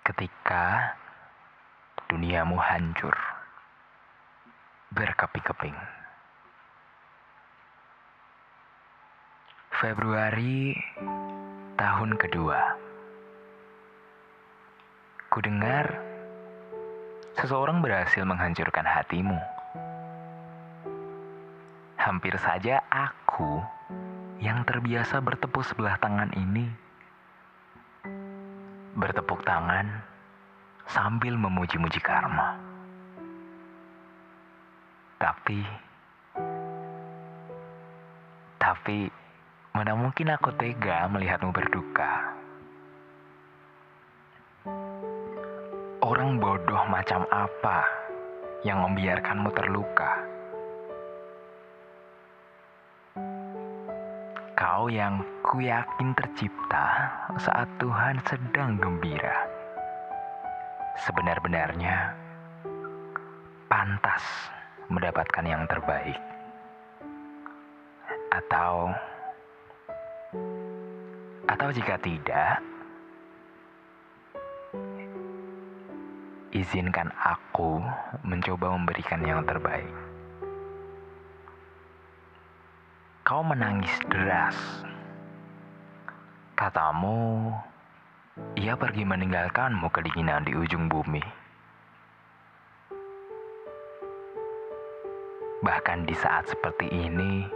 Ketika duniamu hancur, berkeping-keping. Februari tahun kedua. Kudengar seseorang berhasil menghancurkan hatimu. Hampir saja aku yang terbiasa bertepuk sebelah tangan ini bertepuk tangan sambil memuji-muji karma. Tapi, mana mungkin aku tega melihatmu berduka. Orang bodoh macam apa yang membiarkanmu terluka? Kau yang kuyakin tercipta saat Tuhan sedang gembira. Sebenar-benarnya pantas mendapatkan yang terbaik. Atau jika tidak, izinkan aku mencoba memberikan yang terbaik. Kau menangis deras. Katamu, ia pergi meninggalkanmu kedinginan di ujung bumi. Bahkan di saat seperti ini,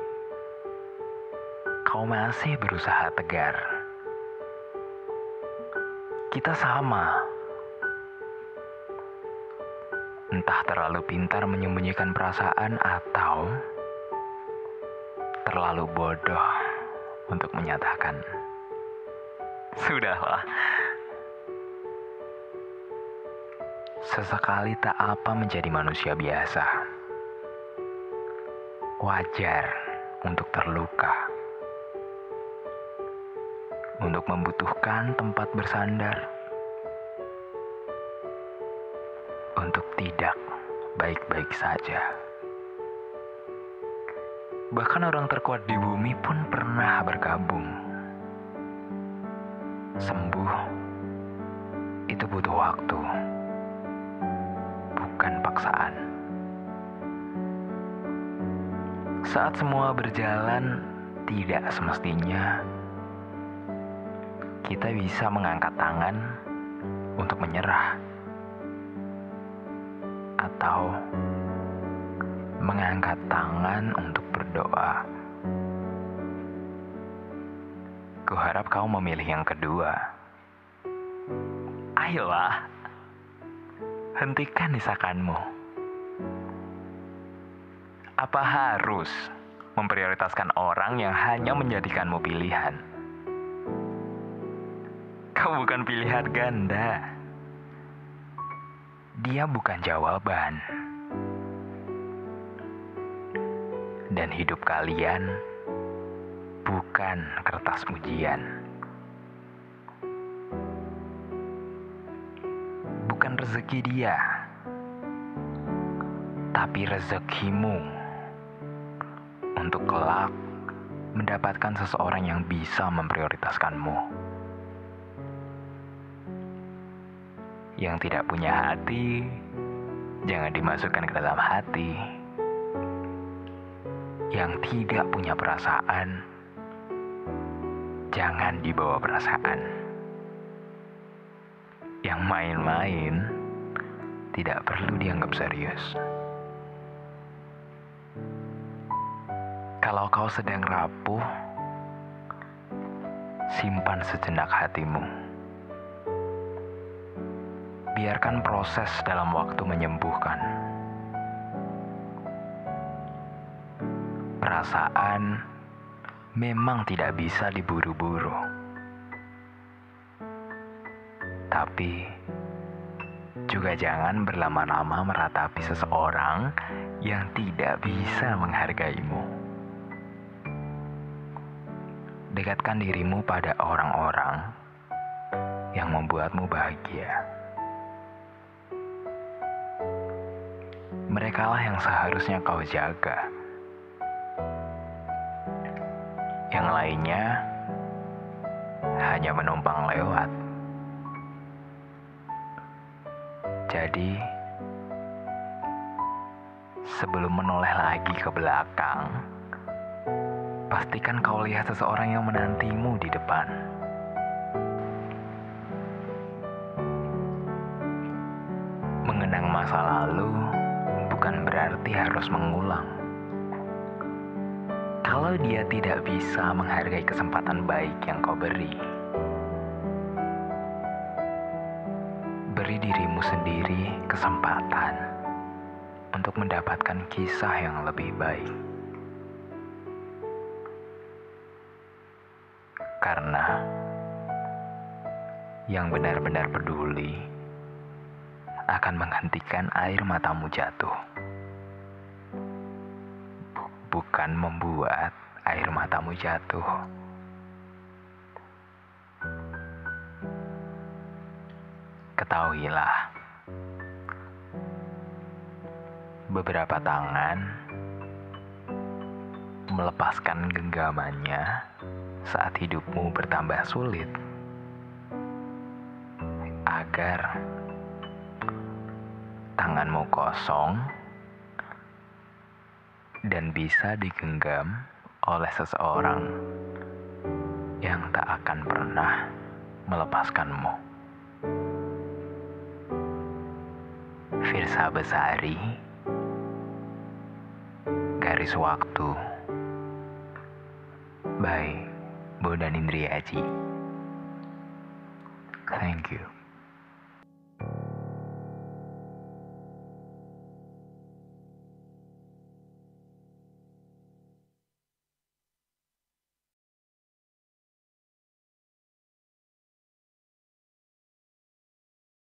kau masih berusaha tegar. Kita sama. Entah terlalu pintar menyembunyikan perasaan atau terlalu bodoh untuk menyatakan. Sudahlah. Sesekali tak apa menjadi manusia biasa. Wajar untuk terluka. Untuk membutuhkan tempat bersandar. Untuk tidak baik-baik saja. Bahkan orang terkuat di bumi pun pernah bergabung. Sembuh itu butuh waktu, bukan paksaan. Saat semua berjalan tidak semestinya, kita bisa mengangkat tangan untuk menyerah. Atau mengangkat tangan untuk berdoa. Kuharap kau memilih yang kedua. Ayolah, hentikan desakanmu. Apa harus memprioritaskan orang yang hanya menjadikanmu pilihan? Kau bukan pilihan ganda. Dia bukan jawaban. Dan hidup kalian bukan kertas ujian. Bukan rezeki dia, tapi rezekimu untuk kelak mendapatkan seseorang yang bisa memprioritaskanmu. Yang tidak punya hati, jangan dimasukkan ke dalam hati. Yang tidak punya perasaan, jangan dibawa perasaan. Yang main-main, tidak perlu dianggap serius. Kalau kau sedang rapuh, simpan sejenak hatimu. Biarkan proses dalam waktu menyembuhkan. Perasaan memang tidak bisa diburu-buru. Tapi juga jangan berlama-lama meratapi seseorang yang tidak bisa menghargaimu. Dekatkan dirimu pada orang-orang yang membuatmu bahagia. Merekalah yang seharusnya kau jaga. Yang lainnya hanya menumpang lewat. Jadi, sebelum menoleh lagi ke belakang, pastikan kau lihat seseorang yang menantimu di depan. Mengenang masa lalu bukan berarti harus mengulang. Kalau dia tidak bisa menghargai kesempatan baik yang kau beri, beri dirimu sendiri kesempatan untuk mendapatkan kisah yang lebih baik. Karena yang benar-benar peduli akan menghentikan air matamu jatuh, bukan membuat air matamu jatuh. Ketahuilah, beberapa tangan melepaskan genggamannya saat hidupmu bertambah sulit, agar tanganmu kosong dan bisa digenggam oleh seseorang yang tak akan pernah melepaskanmu. Firsa Besari, Garis Waktu, by Bondan Indriaji. Thank you.